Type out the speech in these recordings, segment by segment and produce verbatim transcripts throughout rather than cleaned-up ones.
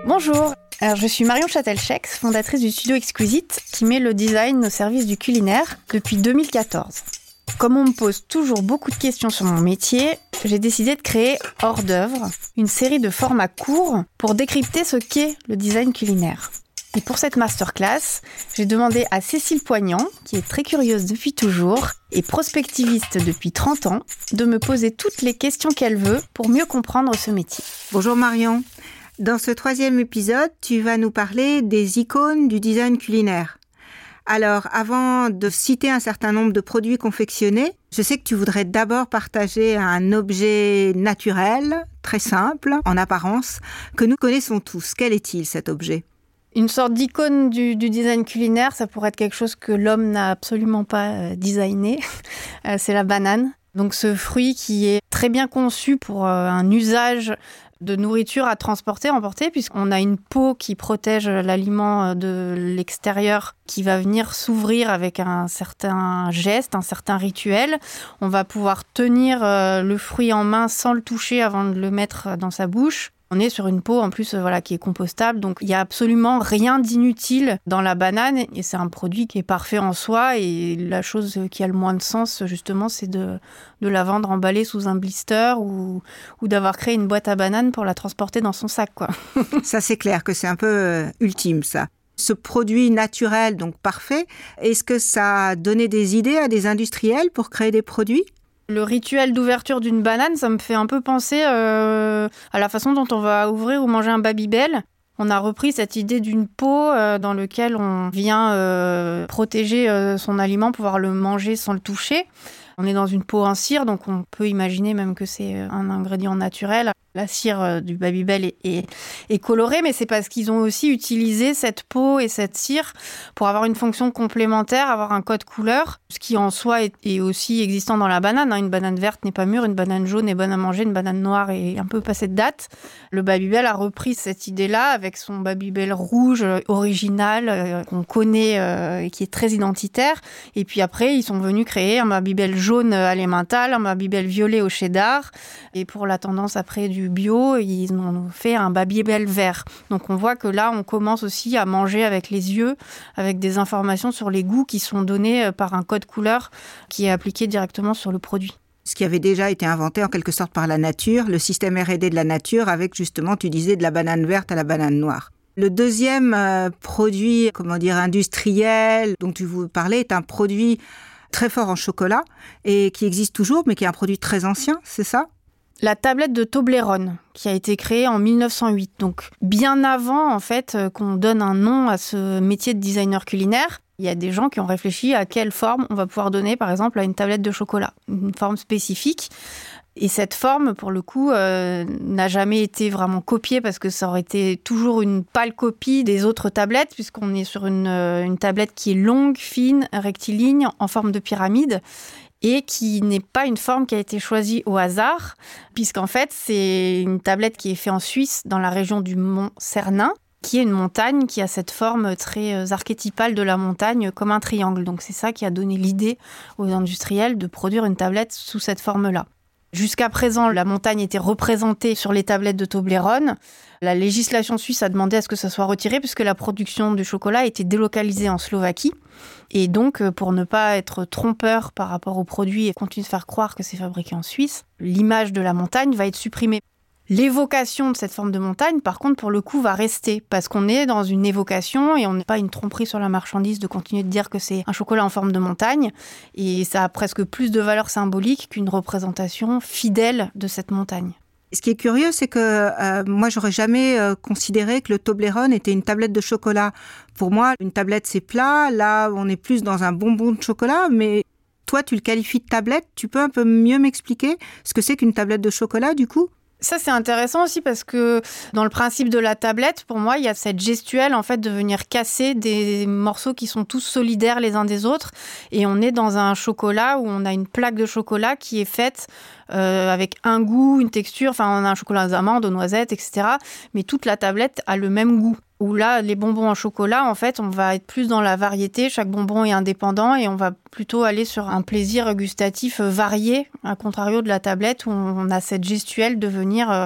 Bonjour, alors je suis Marion Châtel-Chex, fondatrice du studio Exquisite, qui met le design au service du culinaire depuis deux mille quatorze. Comme on me pose toujours beaucoup de questions sur mon métier, j'ai décidé de créer Hors d'œuvre, une série de formats courts pour décrypter ce qu'est le design culinaire. Et pour cette masterclass, j'ai demandé à Cécile Poignant, qui est très curieuse depuis toujours et prospectiviste depuis trente ans, de me poser toutes les questions qu'elle veut pour mieux comprendre ce métier. Bonjour Marion. Dans ce troisième épisode, tu vas nous parler des icônes du design culinaire. Alors, avant de citer un certain nombre de produits confectionnés, je sais que tu voudrais d'abord partager un objet naturel, très simple, en apparence, que nous connaissons tous. Quel est-il, cet objet ? Une sorte d'icône du, du design culinaire, ça pourrait être quelque chose que l'homme n'a absolument pas euh, designé. euh, c'est la banane. Donc ce fruit qui est très bien conçu pour euh, un usage de nourriture à transporter, emporter, puisqu'on a une peau qui protège l'aliment de l'extérieur, qui va venir s'ouvrir avec un certain geste, un certain rituel. On va pouvoir tenir euh, le fruit en main sans le toucher avant de le mettre dans sa bouche. On est sur une peau en plus voilà, qui est compostable, donc il n'y a absolument rien d'inutile dans la banane et c'est un produit qui est parfait en soi et la chose qui a le moins de sens justement c'est de, de la vendre emballée sous un blister ou, ou d'avoir créé une boîte à bananes pour la transporter dans son sac, quoi. Ça c'est clair que c'est un peu euh, ultime ça. Ce produit naturel, donc parfait, est-ce que ça a donné des idées à des industriels pour créer des produits ? Le rituel d'ouverture d'une banane, ça me fait un peu penser euh, à la façon dont on va ouvrir ou manger un Babybel. On a repris cette idée d'une peau euh, dans laquelle on vient euh, protéger euh, son aliment, pouvoir le manger sans le toucher. On est dans une peau en cire, donc on peut imaginer même que c'est un ingrédient naturel. La cire du Babybel est, est, est colorée, mais c'est parce qu'ils ont aussi utilisé cette peau et cette cire pour avoir une fonction complémentaire, avoir un code couleur, ce qui en soi est, est aussi existant dans la banane. Une banane verte n'est pas mûre, une banane jaune est bonne à manger, une banane noire est un peu passée de date. Le Babybel a repris cette idée-là avec son Babybel rouge original euh, qu'on connaît euh, et qui est très identitaire. Et puis après, ils sont venus créer un Babybel jaune à l'emmental, un Babybel violet au cheddar. Et pour la tendance après du bio, ils ont fait un Babybel vert. Donc on voit que là, on commence aussi à manger avec les yeux, avec des informations sur les goûts qui sont données par un code couleur qui est appliqué directement sur le produit. Ce qui avait déjà été inventé en quelque sorte par la nature, le système R et D de la nature, avec justement, tu disais, de la banane verte à la banane noire. Le deuxième euh, produit, comment dire, industriel dont tu vous parlais est un produit très fort en chocolat et qui existe toujours, mais qui est un produit très ancien, c'est ça ? La tablette de Toblerone, qui a été créée en mille neuf cent huit, donc bien avant en fait qu'on donne un nom à ce métier de designer culinaire. Il y a des gens qui ont réfléchi à quelle forme on va pouvoir donner, par exemple, à une tablette de chocolat, une forme spécifique. Et cette forme, pour le coup, euh, n'a jamais été vraiment copiée parce que ça aurait été toujours une pâle copie des autres tablettes, puisqu'on est sur une, une tablette qui est longue, fine, rectiligne, en forme de pyramide, et qui n'est pas une forme qui a été choisie au hasard, puisqu'en fait, c'est une tablette qui est faite en Suisse, dans la région du Mont Cernin, qui est une montagne qui a cette forme très archétypale de la montagne, comme un triangle. Donc c'est ça qui a donné l'idée aux industriels de produire une tablette sous cette forme-là. Jusqu'à présent, la montagne était représentée sur les tablettes de Toblerone. La législation suisse a demandé à ce que ça soit retiré puisque la production du chocolat a été délocalisée en Slovaquie. Et donc, pour ne pas être trompeur par rapport au produit et continuer de faire croire que c'est fabriqué en Suisse, l'image de la montagne va être supprimée. L'évocation de cette forme de montagne, par contre, pour le coup, va rester parce qu'on est dans une évocation et on n'est pas une tromperie sur la marchandise de continuer de dire que c'est un chocolat en forme de montagne. Et ça a presque plus de valeur symbolique qu'une représentation fidèle de cette montagne. Ce qui est curieux, c'est que euh, moi, j'aurais jamais euh, considéré que le Toblerone était une tablette de chocolat. Pour moi, une tablette, c'est plat. Là, on est plus dans un bonbon de chocolat, mais toi, tu le qualifies de tablette. Tu peux un peu mieux m'expliquer ce que c'est qu'une tablette de chocolat, du coup ? Ça, c'est intéressant aussi parce que dans le principe de la tablette, pour moi, il y a cette gestuelle en fait de venir casser des morceaux qui sont tous solidaires les uns des autres. Et on est dans un chocolat où on a une plaque de chocolat qui est faite euh, avec un goût, une texture. Enfin, on a un chocolat aux amandes, aux noisettes, et cetera. Mais toute la tablette a le même goût. Où là, les bonbons en chocolat, en fait, on va être plus dans la variété. Chaque bonbon est indépendant et on va plutôt aller sur un plaisir gustatif varié, à contrario de la tablette où on a cette gestuelle de venir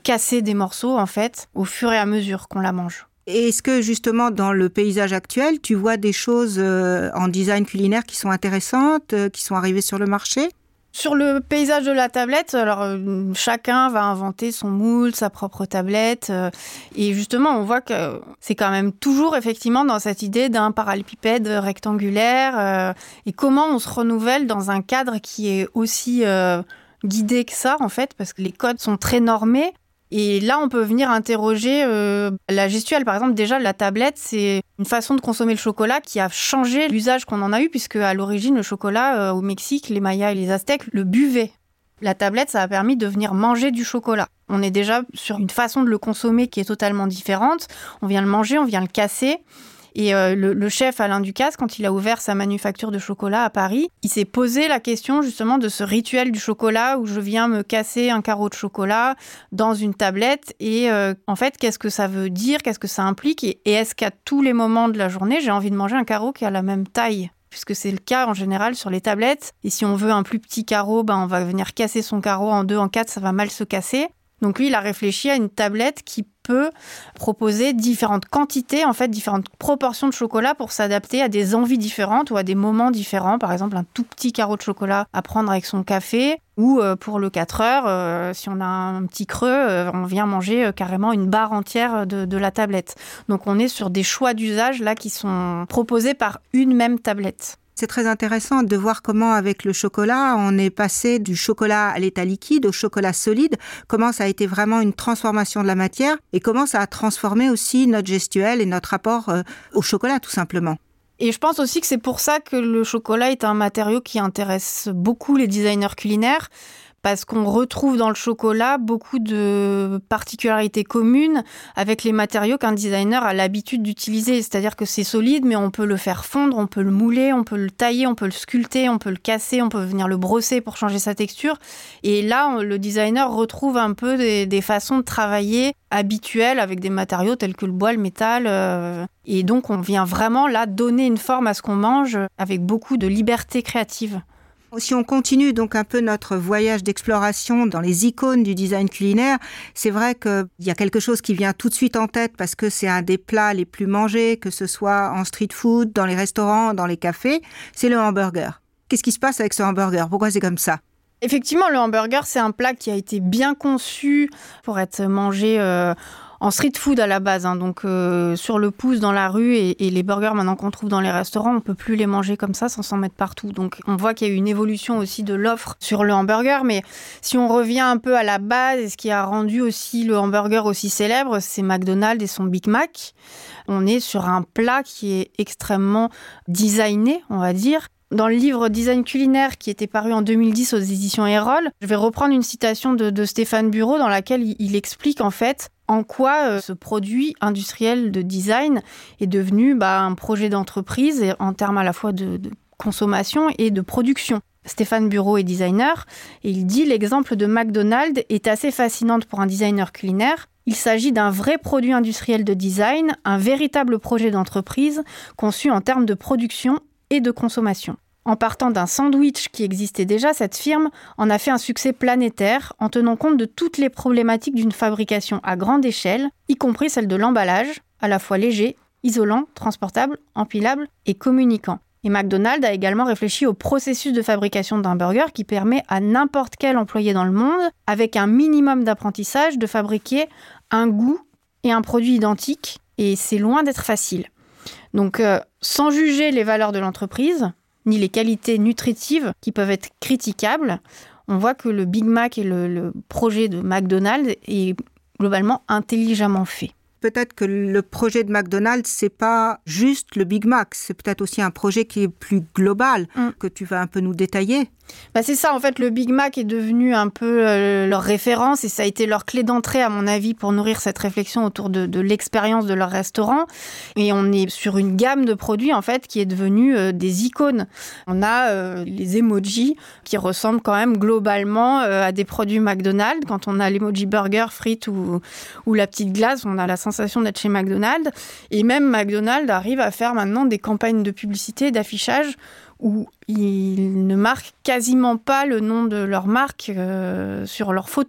casser des morceaux, en fait, au fur et à mesure qu'on la mange. Et est-ce que justement dans le paysage actuel, tu vois des choses euh, en design culinaire qui sont intéressantes, euh, qui sont arrivées sur le marché ? Sur le paysage de la tablette, alors euh, chacun va inventer son moule, sa propre tablette. Euh, et justement, on voit que c'est quand même toujours effectivement dans cette idée d'un parallélépipède rectangulaire. Euh, et comment on se renouvelle dans un cadre qui est aussi euh, guidé que ça, en fait, parce que les codes sont très normés. Et là, on peut venir interroger euh, la gestuelle. Par exemple, déjà, la tablette, c'est une façon de consommer le chocolat qui a changé l'usage qu'on en a eu, puisque à l'origine, le chocolat, euh, au Mexique, les Mayas et les Aztèques le buvaient. La tablette, ça a permis de venir manger du chocolat. On est déjà sur une façon de le consommer qui est totalement différente. On vient le manger, on vient le casser. Et euh, le, le chef Alain Ducasse, quand il a ouvert sa manufacture de chocolat à Paris, il s'est posé la question justement de ce rituel du chocolat où je viens me casser un carreau de chocolat dans une tablette. Et euh, en fait, qu'est-ce que ça veut dire ? Qu'est-ce que ça implique ? Et, et est-ce qu'à tous les moments de la journée, j'ai envie de manger un carreau qui a la même taille ? Puisque c'est le cas en général sur les tablettes. Et si on veut un plus petit carreau, ben on va venir casser son carreau en deux, en quatre, ça va mal se casser. Donc lui, il a réfléchi à une tablette qui peut proposer différentes quantités, en fait, différentes proportions de chocolat pour s'adapter à des envies différentes ou à des moments différents. Par exemple, un tout petit carreau de chocolat à prendre avec son café ou euh, pour le quatre heures, euh, si on a un petit creux, euh, on vient manger euh, carrément une barre entière de, de la tablette. Donc on est sur des choix d'usage là qui sont proposés par une même tablette. C'est très intéressant de voir comment, avec le chocolat, on est passé du chocolat à l'état liquide au chocolat solide, comment ça a été vraiment une transformation de la matière et comment ça a transformé aussi notre gestuelle et notre rapport euh, au chocolat, tout simplement. Et je pense aussi que c'est pour ça que le chocolat est un matériau qui intéresse beaucoup les designers culinaires, parce qu'on retrouve dans le chocolat beaucoup de particularités communes avec les matériaux qu'un designer a l'habitude d'utiliser. C'est-à-dire que c'est solide, mais on peut le faire fondre, on peut le mouler, on peut le tailler, on peut le sculpter, on peut le casser, on peut venir le brosser pour changer sa texture. Et là, le designer retrouve un peu des, des façons de travailler habituelles avec des matériaux tels que le bois, le métal. Euh, et donc, on vient vraiment là donner une forme à ce qu'on mange avec beaucoup de liberté créative. Si on continue donc un peu notre voyage d'exploration dans les icônes du design culinaire, c'est vrai qu'il y a quelque chose qui vient tout de suite en tête parce que c'est un des plats les plus mangés, que ce soit en street food, dans les restaurants, dans les cafés, c'est le hamburger. Qu'est-ce qui se passe avec ce hamburger ? Pourquoi c'est comme ça ? Effectivement, le hamburger, c'est un plat qui a été bien conçu pour être mangé euh, en street food à la base, hein, donc euh, sur le pouce dans la rue, et, et les burgers maintenant qu'on trouve dans les restaurants, on ne peut plus les manger comme ça sans s'en mettre partout. Donc on voit qu'il y a eu une évolution aussi de l'offre sur le hamburger, mais si on revient un peu à la base, et ce qui a rendu aussi le hamburger aussi célèbre, c'est McDonald's et son Big Mac. On est sur un plat qui est extrêmement designé, on va dire. Dans le livre Design culinaire qui était paru en deux mille dix aux éditions Erol, je vais reprendre une citation de, de Stéphane Bureau dans laquelle il, il explique en fait en quoi euh, ce produit industriel de design est devenu bah, un projet d'entreprise et en termes à la fois de, de consommation et de production. Stéphane Bureau est designer et il dit « L'exemple de McDonald's est assez fascinante pour un designer culinaire. Il s'agit d'un vrai produit industriel de design, un véritable projet d'entreprise conçu en termes de production et de consommation. En partant d'un sandwich qui existait déjà, cette firme en a fait un succès planétaire en tenant compte de toutes les problématiques d'une fabrication à grande échelle, y compris celle de l'emballage, à la fois léger, isolant, transportable, empilable et communicant. Et McDonald's a également réfléchi au processus de fabrication d'un burger qui permet à n'importe quel employé dans le monde, avec un minimum d'apprentissage, de fabriquer un goût et un produit identiques. Et c'est loin d'être facile. Donc, euh, sans juger les valeurs de l'entreprise, ni les qualités nutritives qui peuvent être critiquables, on voit que le Big Mac et le, le projet de McDonald's est globalement intelligemment fait. Peut-être que le projet de McDonald's, c'est pas juste le Big Mac, c'est peut-être aussi un projet qui est plus global, mm. que tu vas un peu nous détailler. Bah c'est ça, en fait, le Big Mac est devenu un peu euh, leur référence et ça a été leur clé d'entrée, à mon avis, pour nourrir cette réflexion autour de, de l'expérience de leur restaurant. Et on est sur une gamme de produits, en fait, qui est devenue euh, des icônes. On a euh, les emojis qui ressemblent quand même globalement euh, à des produits McDonald's. Quand on a l'emoji burger, frites ou, ou la petite glace, on a la sensation d'être chez McDonald's. Et même McDonald's arrive à faire maintenant des campagnes de publicité, d'affichage, où ils ne marquent quasiment pas le nom de leur marque euh, sur leurs photos.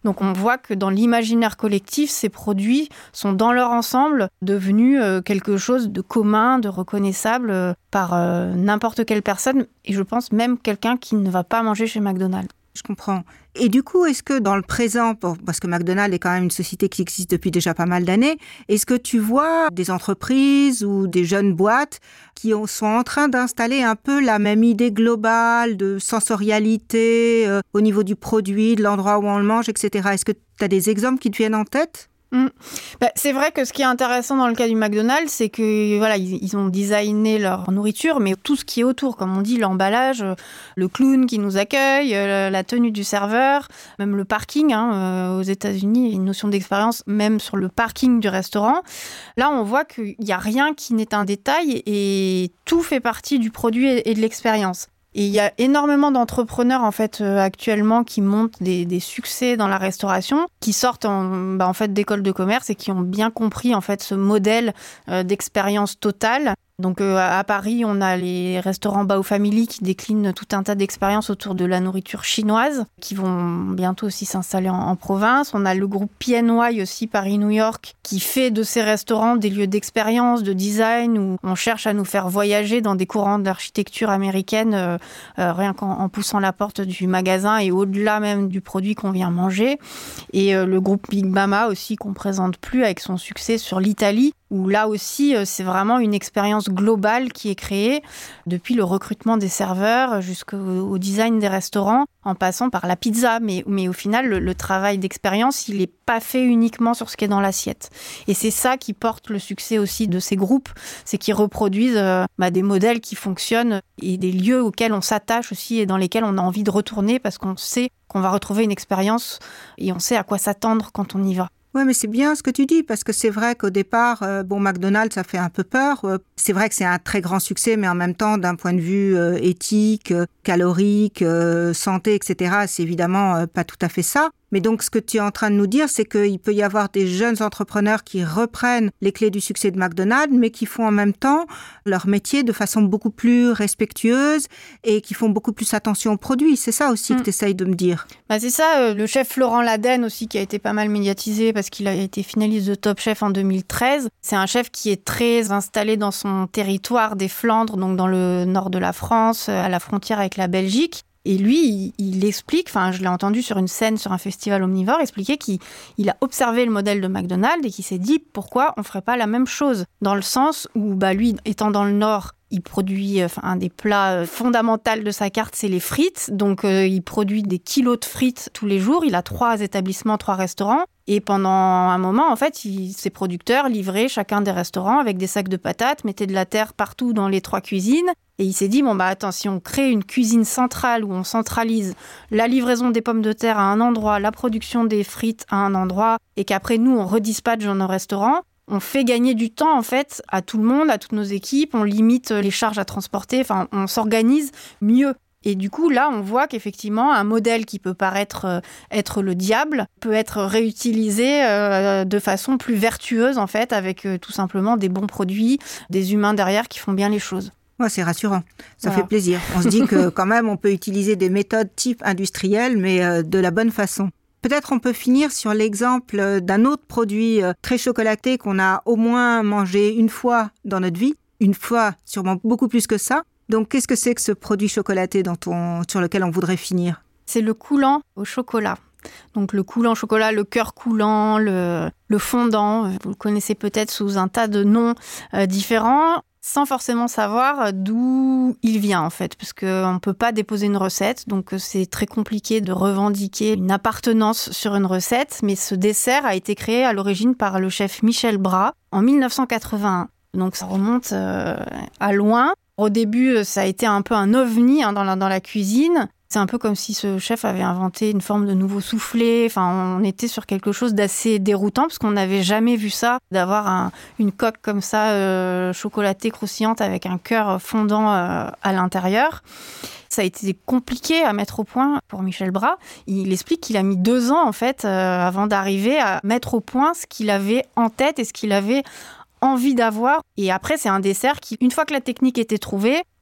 Donc on voit que dans l'imaginaire collectif, ces produits sont dans leur ensemble devenus euh, quelque chose de commun, de reconnaissable euh, par euh, n'importe quelle personne, et je pense même quelqu'un qui ne va pas manger chez McDonald's. Je comprends. Et du coup, est-ce que dans le présent, parce que McDonald's est quand même une société qui existe depuis déjà pas mal d'années, est-ce que tu vois des entreprises ou des jeunes boîtes qui sont en train d'installer un peu la même idée globale de sensorialité euh, au niveau du produit, de l'endroit où on le mange, et cetera. Est-ce que tu as des exemples qui te viennent en tête ? Mmh. Bah, c'est vrai que ce qui est intéressant dans le cas du McDonald's, c'est que voilà, ils, ils ont designé leur nourriture, mais tout ce qui est autour, comme on dit, l'emballage, le clown qui nous accueille, la tenue du serveur, même le parking. Hein, euh, aux États-Unis, il y a une notion d'expérience même sur le parking du restaurant. Là, on voit qu'il n'y a rien qui n'est un détail et tout fait partie du produit et de l'expérience. Et il y a énormément d'entrepreneurs en fait euh, actuellement qui montent des, des succès dans la restauration, qui sortent en, bah, en fait d'écoles de commerce et qui ont bien compris en fait ce modèle euh, d'expérience totale. Donc euh, à Paris, on a les restaurants Bao Family qui déclinent tout un tas d'expériences autour de la nourriture chinoise, qui vont bientôt aussi s'installer en, en province. On a le groupe P N Y aussi, Paris-New York, qui fait de ces restaurants des lieux d'expérience, de design, où on cherche à nous faire voyager dans des courants de l'architecture américaine, euh, euh, rien qu'en en poussant la porte du magasin et au-delà même du produit qu'on vient manger. Et euh, le groupe Big Mama aussi, qu'on présente plus avec son succès sur l'Italie, où là aussi, c'est vraiment une expérience globale qui est créée depuis le recrutement des serveurs jusqu'au au design des restaurants, en passant par la pizza. Mais, mais au final, le, le travail d'expérience, il n'est pas fait uniquement sur ce qui est dans l'assiette. Et c'est ça qui porte le succès aussi de ces groupes, c'est qu'ils reproduisent euh, bah, des modèles qui fonctionnent et des lieux auxquels on s'attache aussi et dans lesquels on a envie de retourner parce qu'on sait qu'on va retrouver une expérience et on sait à quoi s'attendre quand on y va. Ouais, mais c'est bien ce que tu dis, parce que c'est vrai qu'au départ, euh, bon, McDonald's, ça fait un peu peur. Euh, c'est vrai que c'est un très grand succès, mais en même temps, d'un point de vue euh, éthique, euh, calorique, euh, santé, et cetera, c'est évidemment euh, pas tout à fait ça. Mais donc, ce que tu es en train de nous dire, c'est qu'il peut y avoir des jeunes entrepreneurs qui reprennent les clés du succès de McDonald's, mais qui font en même temps leur métier de façon beaucoup plus respectueuse et qui font beaucoup plus attention aux produits. C'est ça aussi mmh. que tu essayes de me dire. Bah c'est ça, euh, le chef Florent Laden aussi, qui a été pas mal médiatisé parce qu'il a été finaliste de Top Chef en deux mille treize. C'est un chef qui est très installé dans son territoire des Flandres, donc dans le nord de la France, à la frontière avec la Belgique. Et lui, il, il explique, enfin je l'ai entendu sur une scène sur un festival omnivore, expliquer qu'il il a observé le modèle de McDonald's et qu'il s'est dit pourquoi on ne ferait pas la même chose. Dans le sens où bah, lui, étant dans le Nord, il produit, enfin, un des plats fondamentaux de sa carte, c'est les frites. Donc euh, il produit des kilos de frites tous les jours. Il a trois établissements, trois restaurants. Et pendant un moment, en fait, il, ses producteurs livraient chacun des restaurants avec des sacs de patates, mettaient de la terre partout dans les trois cuisines. Et il s'est dit, bon bah attends, si on crée une cuisine centrale où on centralise la livraison des pommes de terre à un endroit, la production des frites à un endroit, et qu'après nous, on redispatche dans nos restaurants, on fait gagner du temps, en fait, à tout le monde, à toutes nos équipes, on limite les charges à transporter, enfin, on s'organise mieux. Et du coup, là, on voit qu'effectivement, un modèle qui peut paraître euh, être le diable peut être réutilisé euh, de façon plus vertueuse, en fait, avec euh, tout simplement des bons produits, des humains derrière qui font bien les choses. Ouais, c'est rassurant, ça voilà. fait plaisir. On se dit que quand même, on peut utiliser des méthodes type industrielles, mais euh, de la bonne façon. Peut-être on peut finir sur l'exemple d'un autre produit très chocolaté qu'on a au moins mangé une fois dans notre vie, une fois, sûrement beaucoup plus que ça. Donc, qu'est-ce que c'est que ce produit chocolaté dont on, sur lequel on voudrait finir ? C'est le coulant au chocolat. Donc, le coulant au chocolat, le cœur coulant, le, le fondant, vous le connaissez peut-être sous un tas de noms euh, différents, sans forcément savoir d'où il vient, en fait, parce qu'on ne peut pas déposer une recette, donc c'est très compliqué de revendiquer une appartenance sur une recette, mais ce dessert a été créé à l'origine par le chef Michel Bras en dix-neuf cent quatre-vingt-un. Donc, ça remonte euh, à loin. Au début, ça a été un peu un ovni hein, dans, la, dans la cuisine. C'est un peu comme si ce chef avait inventé une forme de nouveau soufflé. Enfin, on était sur quelque chose d'assez déroutant parce qu'on n'avait jamais vu ça, d'avoir un, une coque comme ça, euh, chocolatée, croustillante, avec un cœur fondant euh, à l'intérieur. Ça a été compliqué à mettre au point pour Michel Bras. Il explique qu'il a mis deux ans, en fait, euh, avant d'arriver à mettre au point ce qu'il avait en tête et ce qu'il avait envie d'avoir. Et après, c'est un dessert qui, une fois que la technique était trouvée,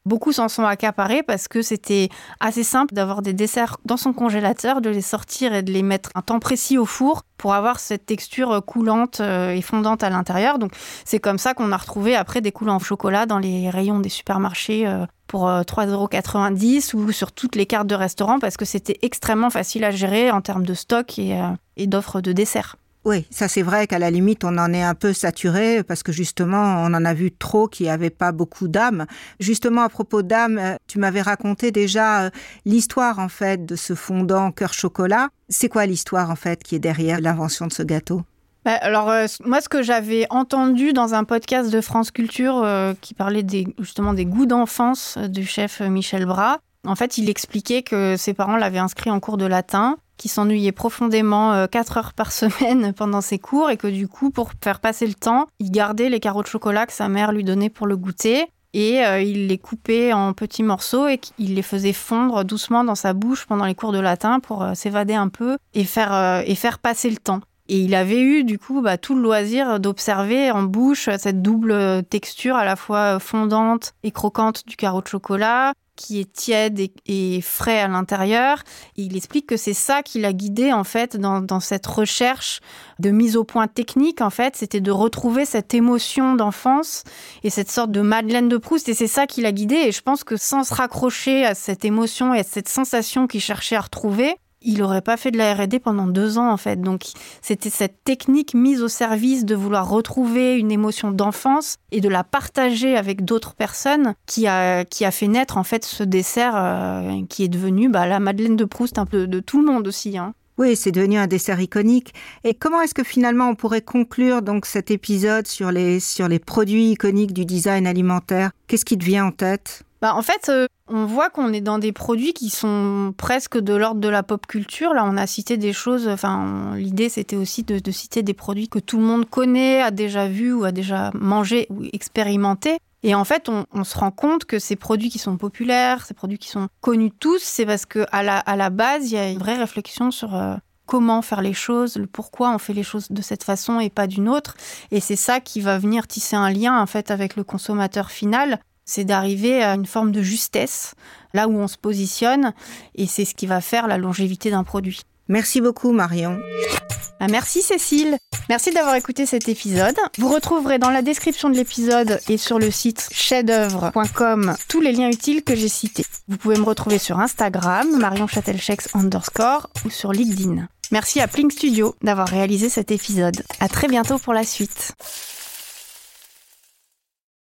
Beaucoup s'en sont accaparés parce que c'était assez simple d'avoir des desserts dans son congélateur, de les sortir et de les mettre un temps précis au four pour avoir cette texture coulante et fondante à l'intérieur. Donc c'est comme ça qu'on a retrouvé après des coulants au chocolat dans les rayons des supermarchés pour trois euros quatre-vingt-dix ou sur toutes les cartes de restaurant parce que c'était extrêmement facile à gérer en termes de stock et, et d'offres de desserts. Oui, ça c'est vrai qu'à la limite on en est un peu saturé parce que justement on en a vu trop qui n'avaient pas beaucoup d'âme. Justement à propos d'âme, tu m'avais raconté déjà l'histoire en fait de ce fondant cœur chocolat. C'est quoi l'histoire en fait qui est derrière l'invention de ce gâteau ? Bah, alors euh, moi ce que j'avais entendu dans un podcast de France Culture euh, qui parlait des, justement des goûts d'enfance du chef Michel Bras, en fait il expliquait que ses parents l'avaient inscrit en cours de latin, qui s'ennuyait profondément quatre heures par semaine pendant ses cours et que du coup, pour faire passer le temps, il gardait les carreaux de chocolat que sa mère lui donnait pour le goûter et euh, il les coupait en petits morceaux et il les faisait fondre doucement dans sa bouche pendant les cours de latin pour euh, s'évader un peu et faire, euh, et faire passer le temps. Et il avait eu du coup bah, tout le loisir d'observer en bouche cette double texture à la fois fondante et croquante du carreau de chocolat, qui est tiède et, et frais à l'intérieur. Et il explique que c'est ça qui l'a guidé en fait dans, dans cette recherche de mise au point technique. En fait, c'était de retrouver cette émotion d'enfance et cette sorte de Madeleine de Proust. Et c'est ça qui l'a guidé. Et je pense que sans se raccrocher à cette émotion et à cette sensation qu'il cherchait à retrouver, il n'aurait pas fait de la R et D pendant deux ans, en fait. Donc, c'était cette technique mise au service de vouloir retrouver une émotion d'enfance et de la partager avec d'autres personnes qui a, qui a fait naître, en fait, ce dessert euh, qui est devenu bah, la Madeleine de Proust un peu de tout le monde aussi, hein. Oui, c'est devenu un dessert iconique. Et comment est-ce que finalement on pourrait conclure donc cet épisode sur les, sur les produits iconiques du design alimentaire ? Qu'est-ce qui te vient en tête ? Bah, en fait, euh, on voit qu'on est dans des produits qui sont presque de l'ordre de la pop culture. Là, on a cité des choses... Enfin, l'idée, c'était aussi de, de citer des produits que tout le monde connaît, a déjà vu ou a déjà mangé ou expérimenté. Et en fait, on, on se rend compte que ces produits qui sont populaires, ces produits qui sont connus tous, c'est parce qu'à la, à la base, il y a une vraie réflexion sur... Euh, comment faire les choses, le pourquoi on fait les choses de cette façon et pas d'une autre. Et c'est ça qui va venir tisser un lien en fait avec le consommateur final. C'est d'arriver à une forme de justesse, là où on se positionne, et c'est ce qui va faire la longévité d'un produit. Merci beaucoup Marion. Ah, merci Cécile. Merci d'avoir écouté cet épisode. Vous retrouverez dans la description de l'épisode et sur le site chef d'œuvre point com tous les liens utiles que j'ai cités. Vous pouvez me retrouver sur Instagram, Marion Châtelchex underscore, ou sur LinkedIn. Merci à Pling Studio d'avoir réalisé cet épisode. À très bientôt pour la suite.